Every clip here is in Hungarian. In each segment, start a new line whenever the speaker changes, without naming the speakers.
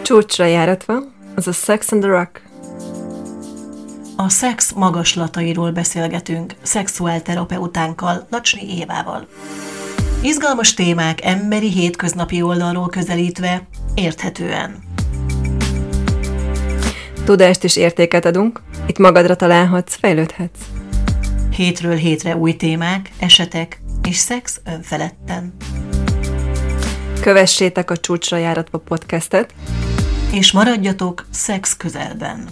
Csúcsra járatva, az a Sex and the Rock.
A szex magaslatairól beszélgetünk szexuálterapeutánkkal, Lacsny Évával. Izgalmas témák emberi hétköznapi oldalról közelítve, érthetően.
Tudást és értéket adunk, itt magadra találhatsz, fejlődhetsz.
Hétről hétre új témák, esetek és szex önfeledten.
Kövessétek a Csúcsra járatva podcastet,
és maradjatok szex közelben.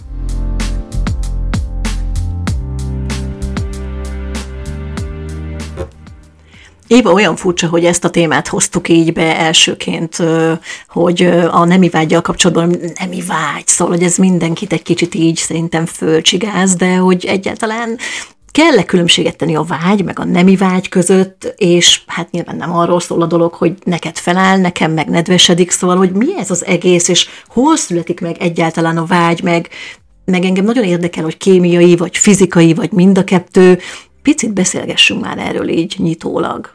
Éva, olyan furcsa, hogy ezt a témát hoztuk így be elsőként, hogy a nemi vággyal kapcsolatban nemi vágy, szóval, hogy ez mindenkit egy kicsit így szerintem fölcsigáz, de hogy egyáltalán kell-e különbséget tenni a vágy, meg a nemi vágy között, és hát nyilván nem arról szól a dolog, hogy neked feláll, nekem meg nedvesedik, szóval, hogy mi ez az egész, és hol születik meg egyáltalán a vágy, meg engem nagyon érdekel, hogy kémiai, vagy fizikai, vagy mind a kettő. Picit beszélgessünk már erről így nyitólag.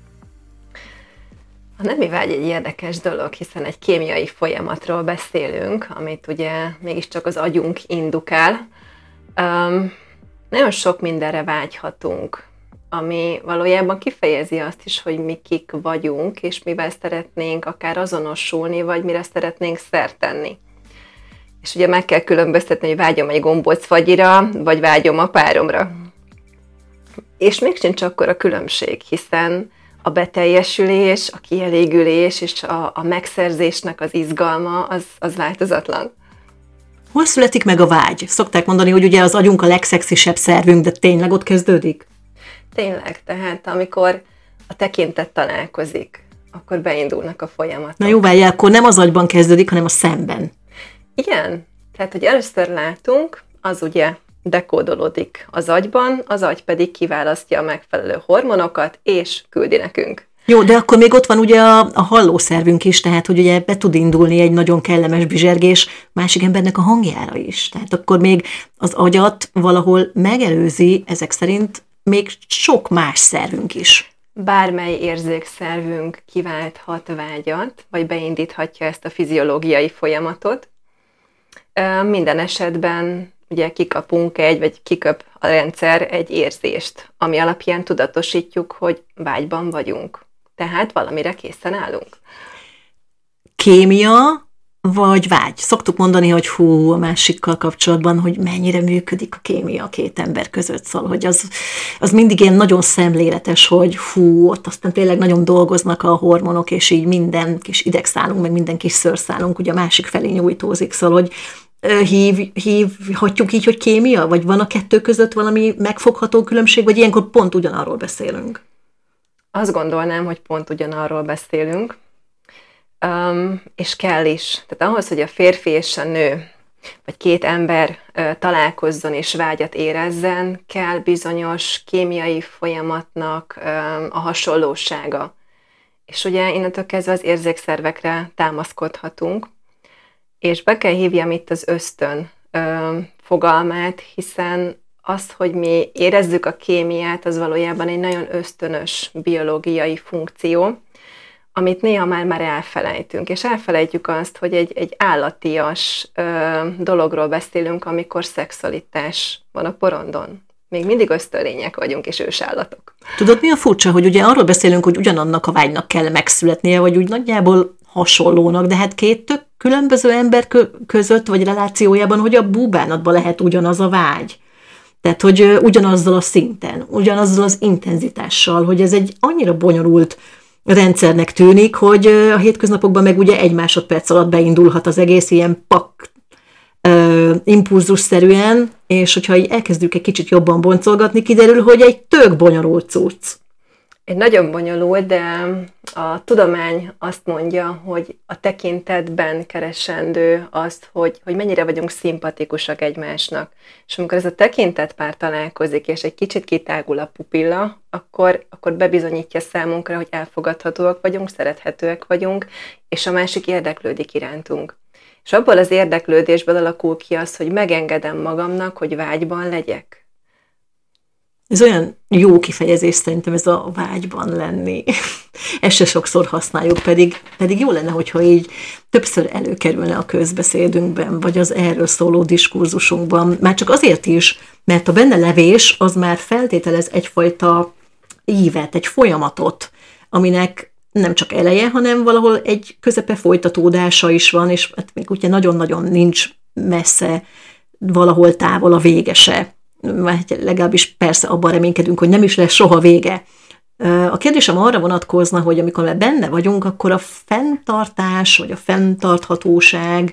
A nemi vágy egy érdekes dolog, hiszen egy kémiai folyamatról beszélünk, amit ugye mégiscsak az agyunk indukál. Nagyon sok mindenre vágyhatunk, ami valójában kifejezi azt is, hogy mi kik vagyunk, és mivel szeretnénk akár azonosulni, vagy mire szeretnénk szert tenni. És ugye meg kell különböztetni, hogy vágyom egy gombócfagyira, vagy vágyom a páromra. És még sincs akkor a különbség, hiszen a beteljesülés, a kielégülés és a megszerzésnek az izgalma az változatlan.
Hol születik meg a vágy? Szokták mondani, hogy ugye az agyunk a legszexisebb szervünk, de tényleg ott kezdődik?
Tényleg, tehát amikor a tekintet találkozik, akkor beindulnak a folyamatok.
Na jó, várjál, akkor nem az agyban kezdődik, hanem a szemben.
Igen, tehát hogy először látunk, az ugye dekódolódik az agyban, az agy pedig kiválasztja a megfelelő hormonokat, és küldi nekünk.
Jó, de akkor még ott van ugye a hallószervünk is, tehát hogy ugye be tud indulni egy nagyon kellemes bizsergés másik embernek a hangjára is. Tehát akkor még az agyat valahol megelőzi ezek szerint még sok más szervünk is.
Bármely érzékszervünk kiválthat vágyat, vagy beindíthatja ezt a fiziológiai folyamatot. Minden esetben ugye kikapunk vagy kikap a rendszer egy érzést, ami alapján tudatosítjuk, hogy vágyban vagyunk. Tehát valamire készen állunk.
Kémia vagy vágy? Szoktuk mondani, hogy hú, a másikkal kapcsolatban, hogy mennyire működik a kémia a két ember között, szóval, hogy az mindig ilyen nagyon szemléletes, hogy hú, ott aztán tényleg nagyon dolgoznak a hormonok, és így minden kis idegszálunk, meg minden kis szőrszálunk ugye a másik felé nyújtózik, szóval, hogy hívhatjuk így, hogy kémia? Vagy van a kettő között valami megfogható különbség, vagy ilyenkor pont ugyanarról beszélünk?
Azt gondolnám, hogy pont ugyanarról beszélünk, és kell is. Tehát ahhoz, hogy a férfi és a nő, vagy két ember találkozzon és vágyat érezzen, kell bizonyos kémiai folyamatnak a hasonlósága. És ugye innentől kezdve az érzékszervekre támaszkodhatunk, és be kell hívjam itt az ösztön fogalmát, hiszen az, hogy mi érezzük a kémiát, az valójában egy nagyon ösztönös biológiai funkció, amit néha már elfelejtünk. És elfelejtjük azt, hogy egy állatias dologról beszélünk, amikor szexualitás van a porondon. Még mindig ösztönlények vagyunk, és ősállatok.
Tudod, mi a furcsa, hogy ugye arról beszélünk, hogy ugyanannak a vágynak kell megszületnie, vagy úgy nagyjából hasonlónak, de hát két tök különböző ember között, vagy relációjában, hogy a búbánatban lehet ugyanaz a vágy. Tehát, hogy ugyanazzal a szinten, ugyanazzal az intenzitással, hogy ez egy annyira bonyolult rendszernek tűnik, hogy a hétköznapokban meg ugye egy másodperc alatt beindulhat az egész ilyen impulzusszerűen, és hogyha így elkezdjük egy kicsit jobban boncolgatni, kiderül, hogy egy tök bonyolult cucc.
Egy nagyon bonyolult, de a tudomány azt mondja, hogy a tekintetben keresendő azt, hogy mennyire vagyunk szimpatikusak egymásnak. És amikor ez a tekintetpár találkozik, és egy kicsit kitágul a pupilla, akkor bebizonyítja számunkra, hogy elfogadhatóak vagyunk, szerethetőek vagyunk, és a másik érdeklődik irántunk. És abból az érdeklődésből alakul ki az, hogy megengedem magamnak, hogy vágyban legyek.
Ez olyan jó kifejezés szerintem, ez a vágyban lenni. Ezt se sokszor használjuk, pedig jó lenne, hogyha így többször előkerülne a közbeszédünkben, vagy az erről szóló diskurzusunkban. Már csak azért is, mert a benne levés az már feltételez egyfajta ívet, egy folyamatot, aminek nem csak eleje, hanem valahol egy közepe folytatódása is van, és hát még ugye nagyon-nagyon nincs messze, valahol távol a vége se. Vagy legalábbis persze abban reménykedünk, hogy nem is lesz soha vége. A kérdésem arra vonatkozna, hogy amikor már benne vagyunk, akkor a fenntartás, vagy a fenntarthatóság,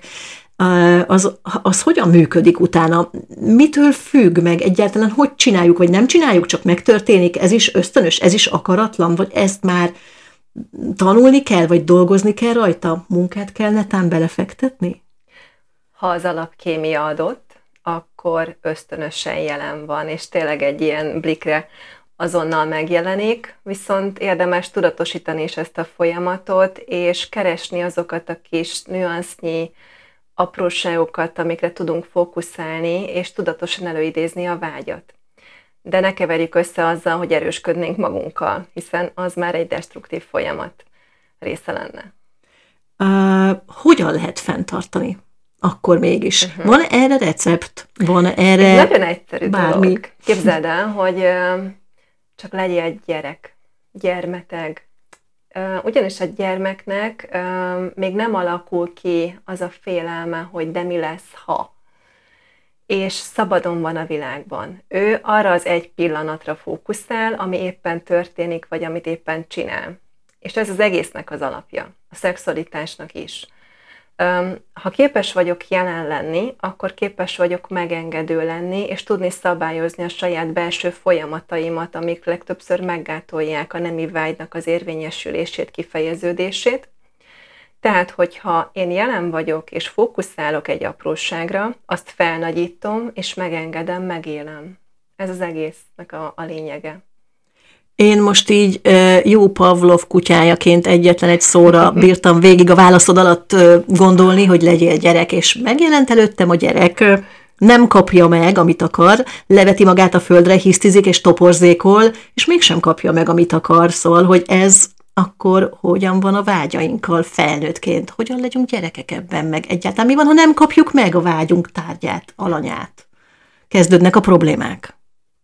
az hogyan működik utána? Mitől függ meg egyáltalán? Hogy csináljuk, vagy nem csináljuk, csak megtörténik? Ez is ösztönös, ez is akaratlan, vagy ezt már tanulni kell, vagy dolgozni kell rajta? Munkát kell netán belefektetni?
Ha az alapkémia adott, akkor ösztönösen jelen van, és tényleg egy ilyen blikre azonnal megjelenik, viszont érdemes tudatosítani is ezt a folyamatot, és keresni azokat a kis nüansznyi apróságokat, amikre tudunk fókuszálni, és tudatosan előidézni a vágyat. De ne keverjük össze azzal, hogy erősködnénk magunkkal, hiszen az már egy destruktív folyamat része lenne.
Hogyan lehet fenntartani? Akkor mégis. Van erre recept? Van erre
egy nagyon egyszerű
bármi?
Dolog. Képzeld el, hogy csak legyél gyermeteg. Ugyanis a gyermeknek még nem alakul ki az a félelme, hogy de mi lesz, ha. És szabadon van a világban. Ő arra az egy pillanatra fókuszál, ami éppen történik, vagy amit éppen csinál. És ez az egésznek az alapja, a szexualitásnak is. Ha képes vagyok jelen lenni, akkor képes vagyok megengedő lenni, és tudni szabályozni a saját belső folyamataimat, amik legtöbbször meggátolják a nemi vágynak az érvényesülését, kifejeződését. Tehát, hogyha én jelen vagyok, és fókuszálok egy apróságra, azt felnagyítom, és megengedem, megélem. Ez az egésznek a lényege.
Én most így jó Pavlov kutyájaként egyetlen egy szóra bírtam végig a válaszod alatt gondolni, hogy legyél gyerek, és megjelent előttem a gyerek, nem kapja meg, amit akar, leveti magát a földre, hisztizik és toporzékol, és mégsem kapja meg, amit akar. Szóval, hogy ez akkor hogyan van a vágyainkkal felnőttként? Hogyan legyünk gyerekek ebben meg? Egyáltalán mi van, ha nem kapjuk meg a vágyunk tárgyát, alanyát? Kezdődnek a problémák.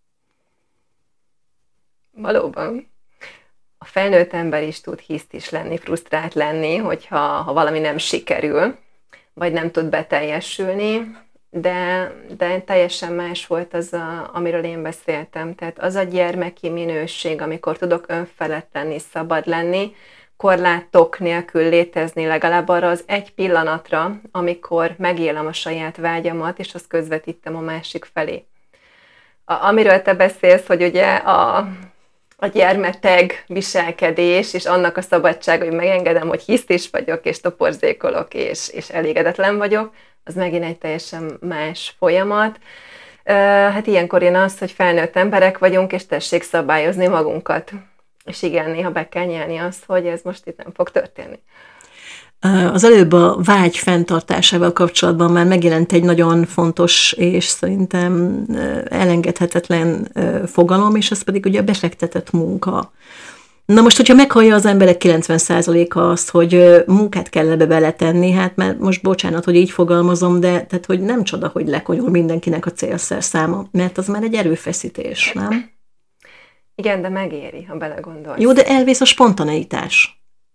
Valóban. A felnőtt ember is tud hisztis lenni, frusztrált lenni, hogyha valami nem sikerül, vagy nem tud beteljesülni, de teljesen más volt az, amiről én beszéltem. Tehát az a gyermeki minőség, amikor tudok önfelett lenni, szabad lenni, korlátok nélkül létezni legalább arra az egy pillanatra, amikor megélem a saját vágyamat, és azt közvetítem a másik felé. Amiről te beszélsz, hogy ugye a gyermeteg viselkedés, és annak a szabadság, hogy megengedem, hogy hisztis vagyok, és toporzékolok, és elégedetlen vagyok, az megint egy teljesen más folyamat. Hát ilyenkor jön az, hogy felnőtt emberek vagyunk, és tessék szabályozni magunkat. És igen, néha be kell nyelni azt, hogy ez most itt nem fog történni.
Az előbb a vágy fenntartásával kapcsolatban már megjelent egy nagyon fontos és szerintem elengedhetetlen fogalom, és ez pedig ugye a befektetett munka. Na most, hogyha meghallja az emberek 90%-a azt, hogy munkát kell ebbe beletenni, hát mert most bocsánat, hogy így fogalmazom, de tehát, hogy nem csoda, hogy lekonyul mindenkinek a célszerszáma, mert az már egy erőfeszítés, nem?
Igen, de megéri, ha belegondolsz.
Jó, de elvész a spontaneitás.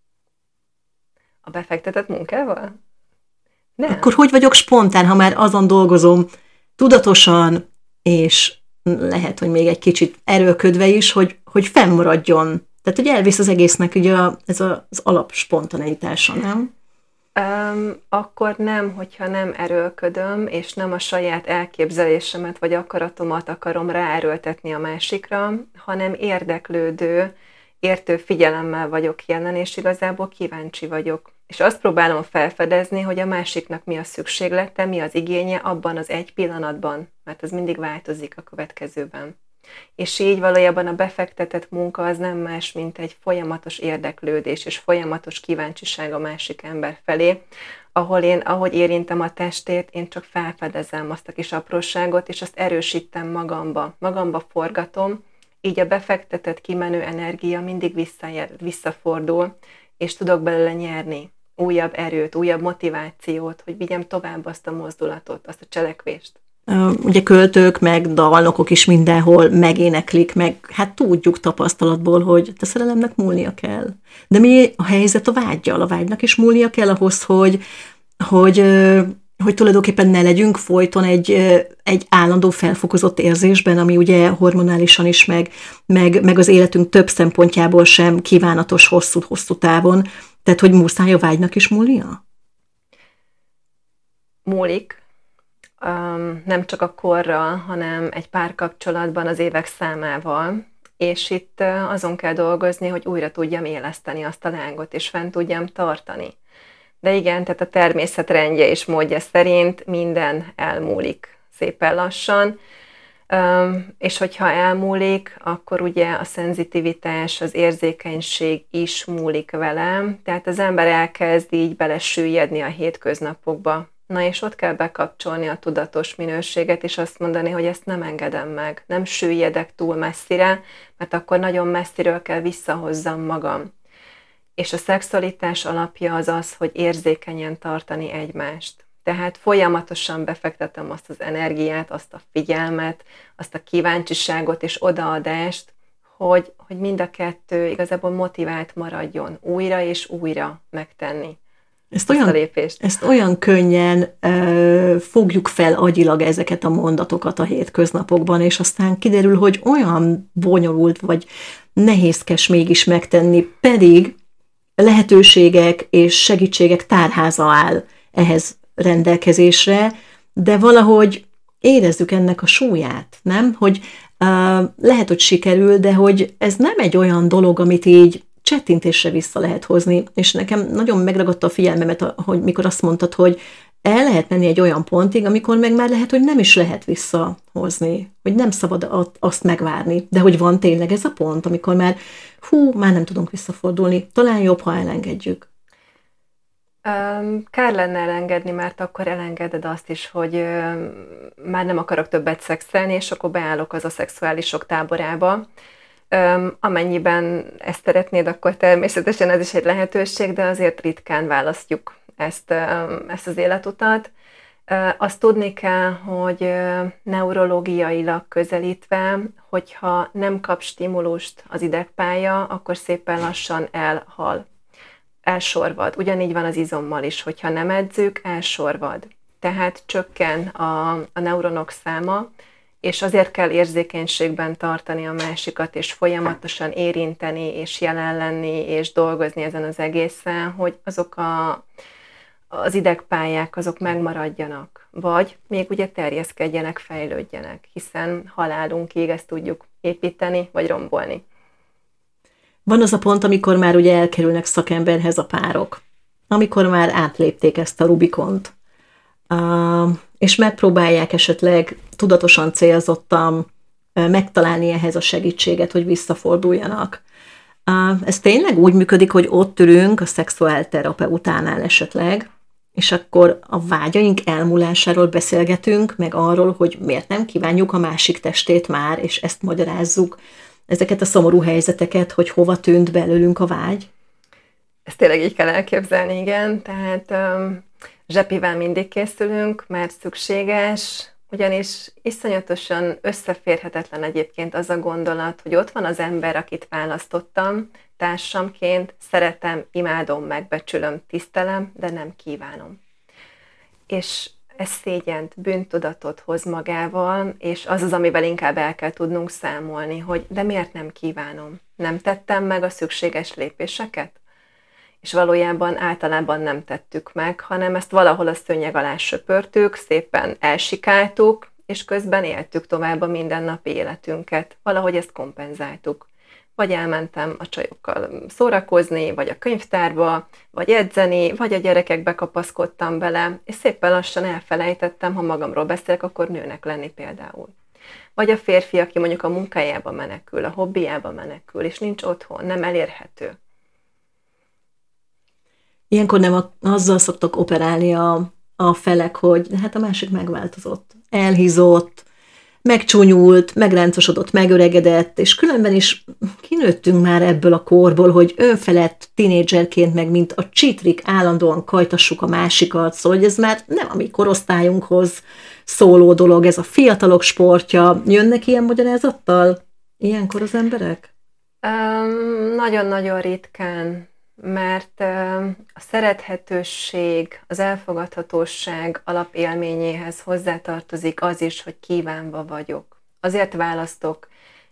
A befektetett munkával? Nem.
Akkor hogy vagyok spontán, ha már azon dolgozom tudatosan, és lehet, hogy még egy kicsit erőlködve is, hogy fennmaradjon. Tehát, hogy elvisz az egésznek ugye ez az alap spontaneitása, nem?
Akkor nem, hogyha nem erőlködöm, és nem a saját elképzelésemet vagy akaratomat akarom ráerőltetni a másikra, hanem érdeklődő, értő figyelemmel vagyok jelen, és igazából kíváncsi vagyok. És azt próbálom felfedezni, hogy a másiknak mi a szükséglete, mi az igénye abban az egy pillanatban, mert ez mindig változik a következőben. És így valójában a befektetett munka az nem más, mint egy folyamatos érdeklődés és folyamatos kíváncsiság a másik ember felé, ahol én, ahogy érintem a testét, én csak felfedezem azt a kis apróságot, és azt erősítem magamba forgatom, így a befektetett kimenő energia mindig visszafordul, és tudok belőle nyerni újabb erőt, újabb motivációt, hogy vigyem tovább azt a mozdulatot, azt a cselekvést.
Ugye költők, meg dalnokok is mindenhol megéneklik, meg hát tudjuk tapasztalatból, hogy a szerelemnek múlnia kell. De mi a helyzet a vággyal? A vágynak is múlnia kell ahhoz, hogy tulajdonképpen ne legyünk folyton egy állandó felfokozott érzésben, ami ugye hormonálisan is, meg az életünk több szempontjából sem kívánatos hosszú távon. Tehát, hogy muszáj a vágynak is múlnia?
Múlik. Nem csak a korral, hanem egy párkapcsolatban az évek számával, és itt azon kell dolgozni, hogy újra tudjam éleszteni azt a lángot, és fent tudjam tartani. De igen, tehát a természet rendje és módja szerint minden elmúlik szépen lassan, és hogyha elmúlik, akkor ugye a szenzitivitás, az érzékenység is múlik vele, tehát az ember elkezd így belesüllyedni a hétköznapokba. Na és ott kell bekapcsolni a tudatos minőséget, és azt mondani, hogy ezt nem engedem meg, nem süllyedek túl messzire, mert akkor nagyon messziről kell visszahozzam magam. És a szexualitás alapja az az, hogy érzékenyen tartani egymást. Tehát folyamatosan befektetem azt az energiát, azt a figyelmet, azt a kíváncsiságot és odaadást, hogy mind a kettő igazából motivált maradjon újra és újra megtenni.
Ezt olyan könnyen fogjuk fel agyilag ezeket a mondatokat a hétköznapokban, és aztán kiderül, hogy olyan bonyolult vagy nehézkes mégis megtenni, pedig lehetőségek és segítségek tárháza áll ehhez rendelkezésre, de valahogy érezzük ennek a súlyát, nem? Hogy lehet, hogy sikerül, de hogy ez nem egy olyan dolog, amit így csettintésre vissza lehet hozni, és nekem nagyon megragadta a figyelmemet, hogy mikor azt mondtad, hogy el lehet menni egy olyan pontig, amikor meg már lehet, hogy nem is lehet visszahozni, hogy nem szabad azt megvárni, de hogy van tényleg ez a pont, amikor már már nem tudunk visszafordulni, talán jobb, ha elengedjük.
Kár lenne elengedni, mert akkor elengeded azt is, hogy már nem akarok többet szexelni, és akkor beállok az a szexuálisok táborába. Amennyiben ezt szeretnéd, akkor természetesen ez is egy lehetőség, de azért ritkán választjuk ezt az életutat. Azt tudni kell, hogy neurológiailag közelítve, hogyha nem kap stimulust az idegpálya, akkor szépen lassan elhal, elsorvad. Ugyanígy van az izommal is, hogyha nem edzük, elsorvad. Tehát csökken a neuronok száma, és azért kell érzékenységben tartani a másikat, és folyamatosan érinteni, és jelen lenni, és dolgozni ezen az egészen, hogy azok az idegpályák azok megmaradjanak, vagy még ugye terjeszkedjenek, fejlődjenek, hiszen halálunkig ezt tudjuk építeni, vagy rombolni.
Van az a pont, amikor már ugye elkerülnek szakemberhez a párok, amikor már átlépték ezt a Rubikont, és megpróbálják esetleg tudatosan, célzottan megtalálni ehhez a segítséget, hogy visszaforduljanak. Ez tényleg úgy működik, hogy ott ülünk a szexuálterapeutánál esetleg, és akkor a vágyaink elmúlásáról beszélgetünk, meg arról, hogy miért nem kívánjuk a másik testét már, és ezt magyarázzuk, ezeket a szomorú helyzeteket, hogy hova tűnt belőlünk a vágy.
Ezt tényleg így kell elképzelni, igen. Tehát zsepivel mindig készülünk, mert szükséges, ugyanis iszonyatosan összeférhetetlen egyébként az a gondolat, hogy ott van az ember, akit választottam, társamként, szeretem, imádom, megbecsülöm, tisztelem, de nem kívánom. És ez szégyent, bűntudatot hoz magával, és az az, amivel inkább el kell tudnunk számolni, hogy de miért nem kívánom? Nem tettem meg a szükséges lépéseket? És valójában általában nem tettük meg, hanem ezt valahol a szőnyeg alá söpörtük, szépen elsikáltuk, és közben éltük tovább a mindennapi életünket. Valahogy ezt kompenzáltuk. Vagy elmentem a csajokkal szórakozni, vagy a könyvtárba, vagy edzeni, vagy a gyerekekbe kapaszkodtam bele, és szépen lassan elfelejtettem, ha magamról beszélek, akkor nőnek lenni például. Vagy a férfi, aki mondjuk a munkájába menekül, a hobbiába menekül, és nincs otthon, nem elérhető.
Ilyenkor nem azzal szoktak operálni a felek, hogy hát a másik megváltozott, elhízott, megcsúnyult, megráncosodott, megöregedett, és különben is kinőttünk már ebből a korból, hogy önfelett tinédzserként, meg mint a csitrik állandóan kajtassuk a másikat, szóval hogy ez már nem a mi korosztályunkhoz szóló dolog, ez a fiatalok sportja. Jönnek ilyen magyarázattal ilyenkor az emberek?
Nagyon-nagyon ritkán, mert a szerethetőség, az elfogadhatóság alapélményéhez hozzátartozik az is, hogy kívánva vagyok. Azért választok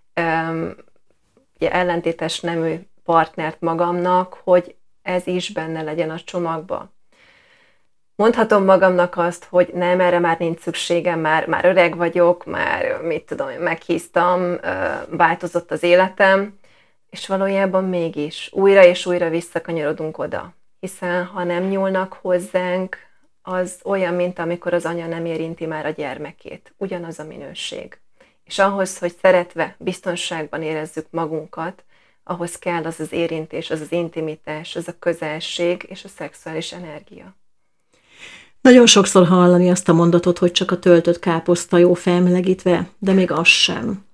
ugye ellentétes nemű partnert magamnak, hogy ez is benne legyen a csomagba. Mondhatom magamnak azt, hogy nem, erre már nincs szükségem, már öreg vagyok, már mit tudom, meghíztam, változott az életem, és valójában mégis újra és újra visszakanyarodunk oda. Hiszen ha nem nyúlnak hozzánk, az olyan, mint amikor az anya nem érinti már a gyermekét. Ugyanaz a minőség. És ahhoz, hogy szeretve, biztonságban érezzük magunkat, ahhoz kell az az érintés, az az intimitás, az a közelség és a szexuális energia.
Nagyon sokszor hallani azt a mondatot, hogy csak a töltött káposzta jó felmelegítve, de még az sem.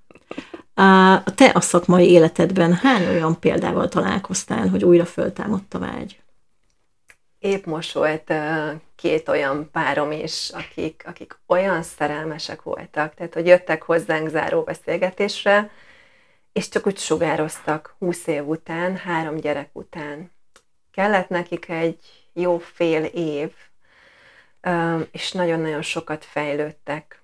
Te a szakmai életedben hány olyan példával találkoztál, hogy újra föltámadt a vágy?
Épp most volt 2 olyan párom is, akik olyan szerelmesek voltak, tehát hogy jöttek hozzánk záró beszélgetésre, és csak úgy sugároztak 20 év után, 3 gyerek után. Kellett nekik egy jó fél év, és nagyon-nagyon sokat fejlődtek.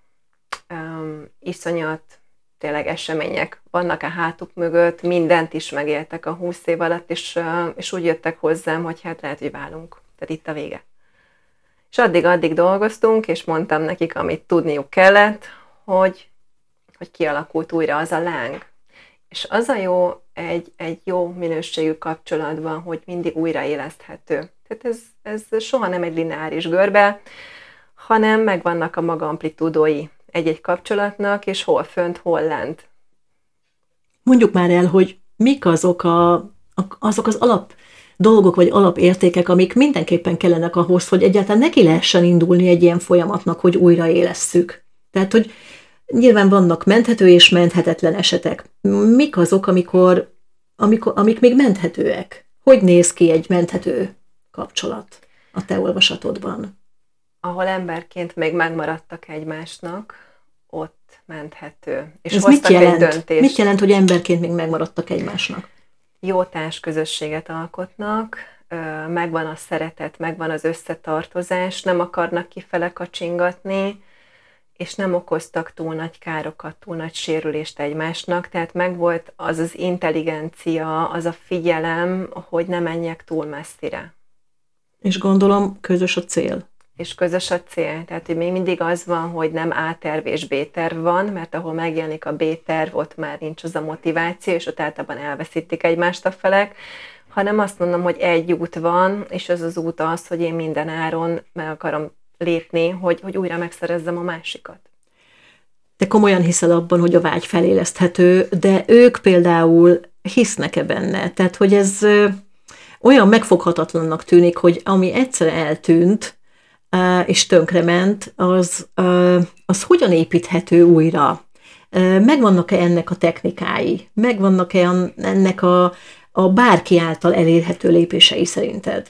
Iszonyat tényleg események vannak a hátuk mögött, mindent is megéltek a 20 év alatt, és úgy jöttek hozzám, hogy hát lehet, hogy válunk. Tehát itt a vége. És addig dolgoztunk, és mondtam nekik, amit tudniuk kellett, hogy kialakult újra az a láng. És az a jó egy jó minőségű kapcsolatban, hogy mindig újraéleszthető. Tehát ez soha nem egy lineáris görbe, hanem megvannak a maga amplitúdói egy-egy kapcsolatnak, és hol fönt, hol lent.
Mondjuk már el, hogy mik azok az alap dolgok, vagy alapértékek, amik mindenképpen kellenek ahhoz, hogy egyáltalán neki lehessen indulni egy ilyen folyamatnak, hogy újraélesszük. Tehát, hogy nyilván vannak menthető és menthetetlen esetek. Mik azok, amik még menthetőek? Hogy néz ki egy menthető kapcsolat a te olvasatodban?
Ahol emberként még megmaradtak egymásnak, ott menthető. És
ez
hoztak egy döntést.
Mit jelent, hogy emberként még megmaradtak egymásnak?
Jó társközösséget alkotnak, megvan a szeretet, megvan az összetartozás, nem akarnak kifele kacsingatni, és nem okoztak túl nagy károkat, túl nagy sérülést egymásnak, tehát megvolt az az intelligencia, az a figyelem, hogy ne menjek túl messzire.
És gondolom, közös a cél.
És közös a cél. Tehát, hogy még mindig az van, hogy nem A-terv és B-terv van, mert ahol megjelenik a B-terv, ott már nincs az a motiváció, és ott általában elveszítik egymást a felek, hanem azt mondom, hogy egy út van, és ez az út az, hogy én minden áron meg akarom lépni, hogy újra megszerezzem a másikat.
Te komolyan hiszel abban, hogy a vágy feléleszthető, de ők például hisznek-e benne? Tehát, hogy ez olyan megfoghatatlannak tűnik, hogy ami egyszer eltűnt, és tönkrement, az hogyan építhető újra? Megvannak-e ennek a technikái? Megvannak-e ennek a bárki által elérhető lépései szerinted?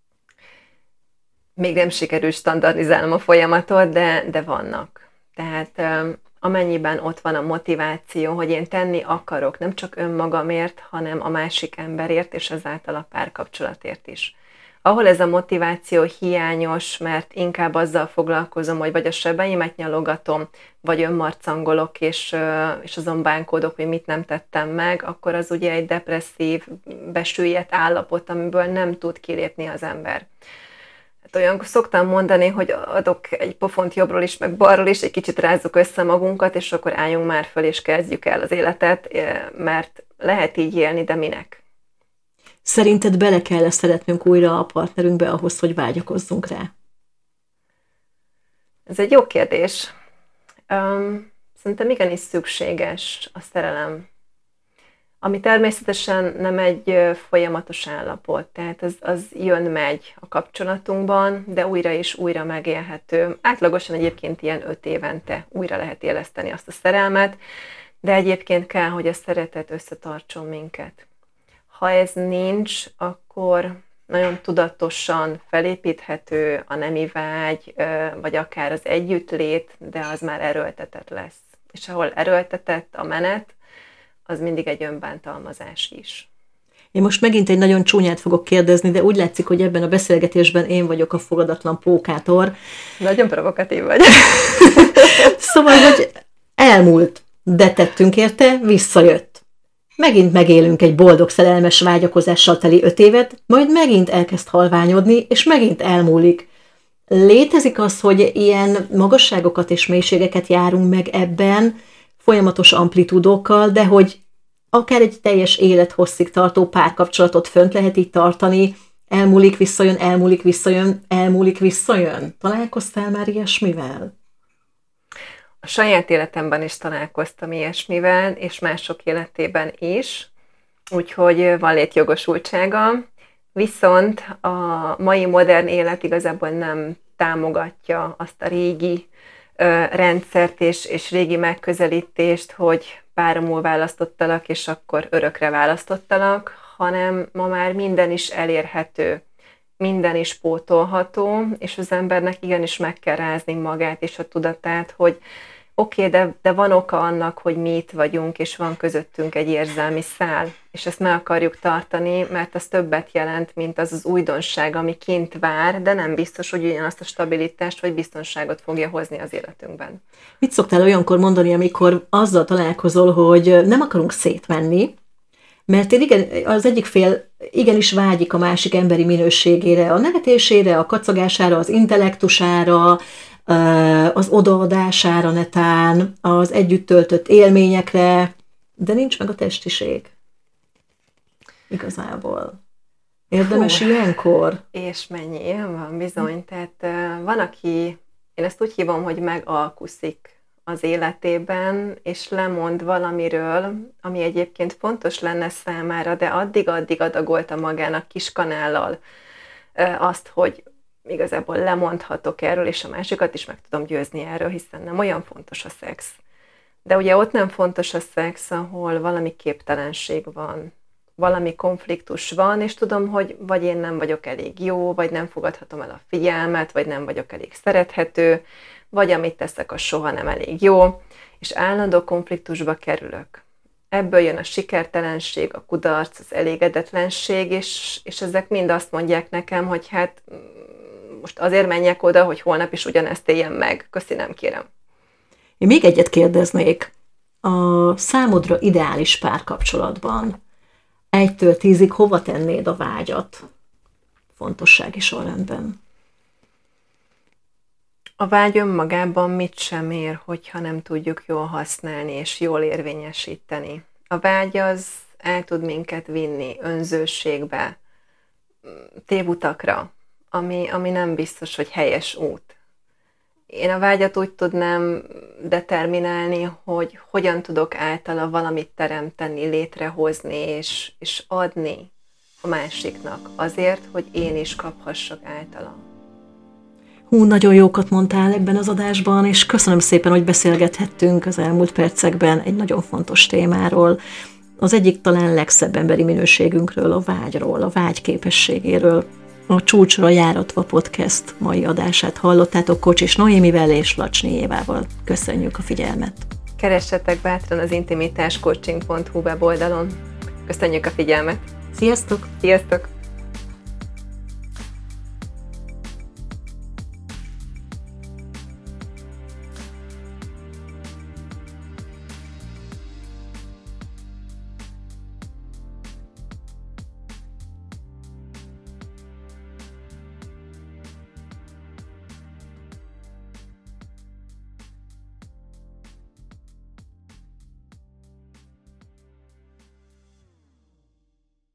Még nem sikerült standardizálnom a folyamatot, de vannak. Tehát amennyiben ott van a motiváció, hogy én tenni akarok, nem csak önmagamért, hanem a másik emberért, és ezáltal a párkapcsolatért is. Ahol ez a motiváció hiányos, mert inkább azzal foglalkozom, hogy vagy a sebeimet nyalogatom, vagy önmarcangolok, és azon bánkódok, hogy mit nem tettem meg, akkor az ugye egy depresszív, besüllyedt állapot, amiből nem tud kilépni az ember. Hát olyan szoktam mondani, hogy adok egy pofont jobbról is, meg balról is, egy kicsit rázzuk össze magunkat, és akkor álljunk már föl, és kezdjük el az életet, mert lehet így élni, de minek?
Szerinted bele kell szeretnünk újra a partnerünkbe ahhoz, hogy vágyakozzunk rá?
Ez egy jó kérdés. szerintem igenis szükséges a szerelem. Ami természetesen nem egy folyamatos állapot, tehát az jön-megy a kapcsolatunkban, de újra és újra megélhető. Átlagosan egyébként ilyen 5 évente újra lehet éleszteni azt a szerelmet, de egyébként kell, hogy a szeretet összetartson minket. Ha ez nincs, akkor nagyon tudatosan felépíthető a nemi vágy, vagy akár az együttlét, de az már erőltetett lesz. És ahol erőltetett a menet, az mindig egy önbántalmazás is.
Én most megint egy nagyon csúnyát fogok kérdezni, de úgy látszik, hogy ebben a beszélgetésben én vagyok a fogadatlan prókátor.
Nagyon provokatív vagy.
Szóval, hogy elmúlt, de tettünk érte, visszajött. Megint megélünk egy boldog, szerelmes vágyakozással teli 5 évet, majd megint elkezd halványodni, és megint elmúlik. Létezik az, hogy ilyen magasságokat és mélységeket járunk meg ebben, folyamatos amplitúdokkal, de hogy akár egy teljes élethosszig tartó párkapcsolatot fönt lehet így tartani, elmúlik, visszajön, elmúlik, visszajön, elmúlik, visszajön. Találkoztál már ilyesmivel?
A saját életemben is találkoztam ilyesmivel, és mások életében is, úgyhogy van létjogosultsága. Viszont a mai modern élet igazából nem támogatja azt a régi rendszert és régi megközelítést, hogy páramul választottalak, és akkor örökre választottalak, hanem ma már minden is elérhető, minden is pótolható, és az embernek igenis meg kell rázni magát és a tudatát, hogy oké, de van oka annak, hogy mi itt vagyunk, és van közöttünk egy érzelmi szál, és ezt meg akarjuk tartani, mert az többet jelent, mint az az újdonság, ami kint vár, de nem biztos, hogy ugyanazt a stabilitást vagy biztonságot fogja hozni az életünkben.
Mit szoktál olyankor mondani, amikor azzal találkozol, hogy nem akarunk szétmenni, mert az egyik fél igenis vágyik a másik emberi minőségére, a nevetésére, a kacagására, az intellektusára, az odaadására netán, az együtt töltött élményekre, de nincs meg a testiség. Igazából. Érdemes ilyenkor?
És mennyi ilyen van, bizony. Tehát van, aki, én ezt úgy hívom, hogy megalkuszik az életében, és lemond valamiről, ami egyébként fontos lenne számára, de addig adagolta magának kis kanállal azt, hogy igazából lemondhatok erről, és a másikat is meg tudom győzni erről, hiszen nem olyan fontos a szex. De ugye ott nem fontos a szex, ahol valami képtelenség van, valami konfliktus van, és tudom, hogy vagy én nem vagyok elég jó, vagy nem fogadhatom el a figyelmet, vagy nem vagyok elég szerethető, vagy amit teszek, az soha nem elég jó, és állandó konfliktusba kerülök. Ebből jön a sikertelenség, a kudarc, az elégedetlenség, és ezek mind azt mondják nekem, hogy hát most azért menjek oda, hogy holnap is ugyanezt éljem meg. Köszi, nem kérem.
Én még egyet kérdeznék. A számodra ideális párkapcsolatban 1-től 10-ig hova tennéd a vágyat? Fontossági sorrendben.
A vágy önmagában mit sem ér, hogyha nem tudjuk jól használni és jól érvényesíteni. A vágy az el tud minket vinni önzőségbe, tévutakra, ami nem biztos, hogy helyes út. Én a vágyat úgy tudnám determinálni, hogy hogyan tudok általa valamit teremteni, létrehozni és adni a másiknak azért, hogy én is kaphassak általa.
Nagyon jókat mondtál ebben az adásban, és köszönöm szépen, hogy beszélgethettünk az elmúlt percekben egy nagyon fontos témáról. Az egyik talán legszebb emberi minőségünkről, a vágyról, a vágy képességéről. A Csúcsra járatva podcast mai adását hallottátok Kocsis Noémivel és Lacsnyi Évával. Köszönjük a figyelmet!
Keressetek bátran az intimitáscoaching.hu weboldalon. Köszönjük a figyelmet!
Sziasztok!
Sziasztok!